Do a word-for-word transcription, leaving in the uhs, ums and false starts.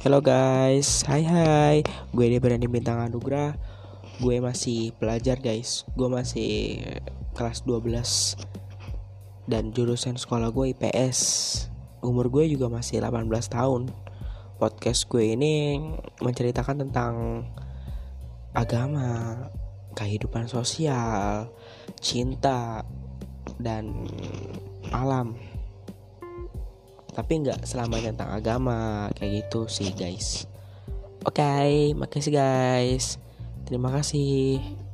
Hello guys, hai hai. Gue ini Berani Bintang Anugrah. Gue masih pelajar guys. Gue masih kelas dua belas dan jurusan sekolah gue I P S. Umur gue juga masih delapan belas tahun. Podcast gue ini menceritakan tentang agama, kehidupan sosial, cinta, dan alam. Tapi nggak selamanya tentang agama kayak gitu sih guys. Oke, okay, makasih guys. Terima kasih.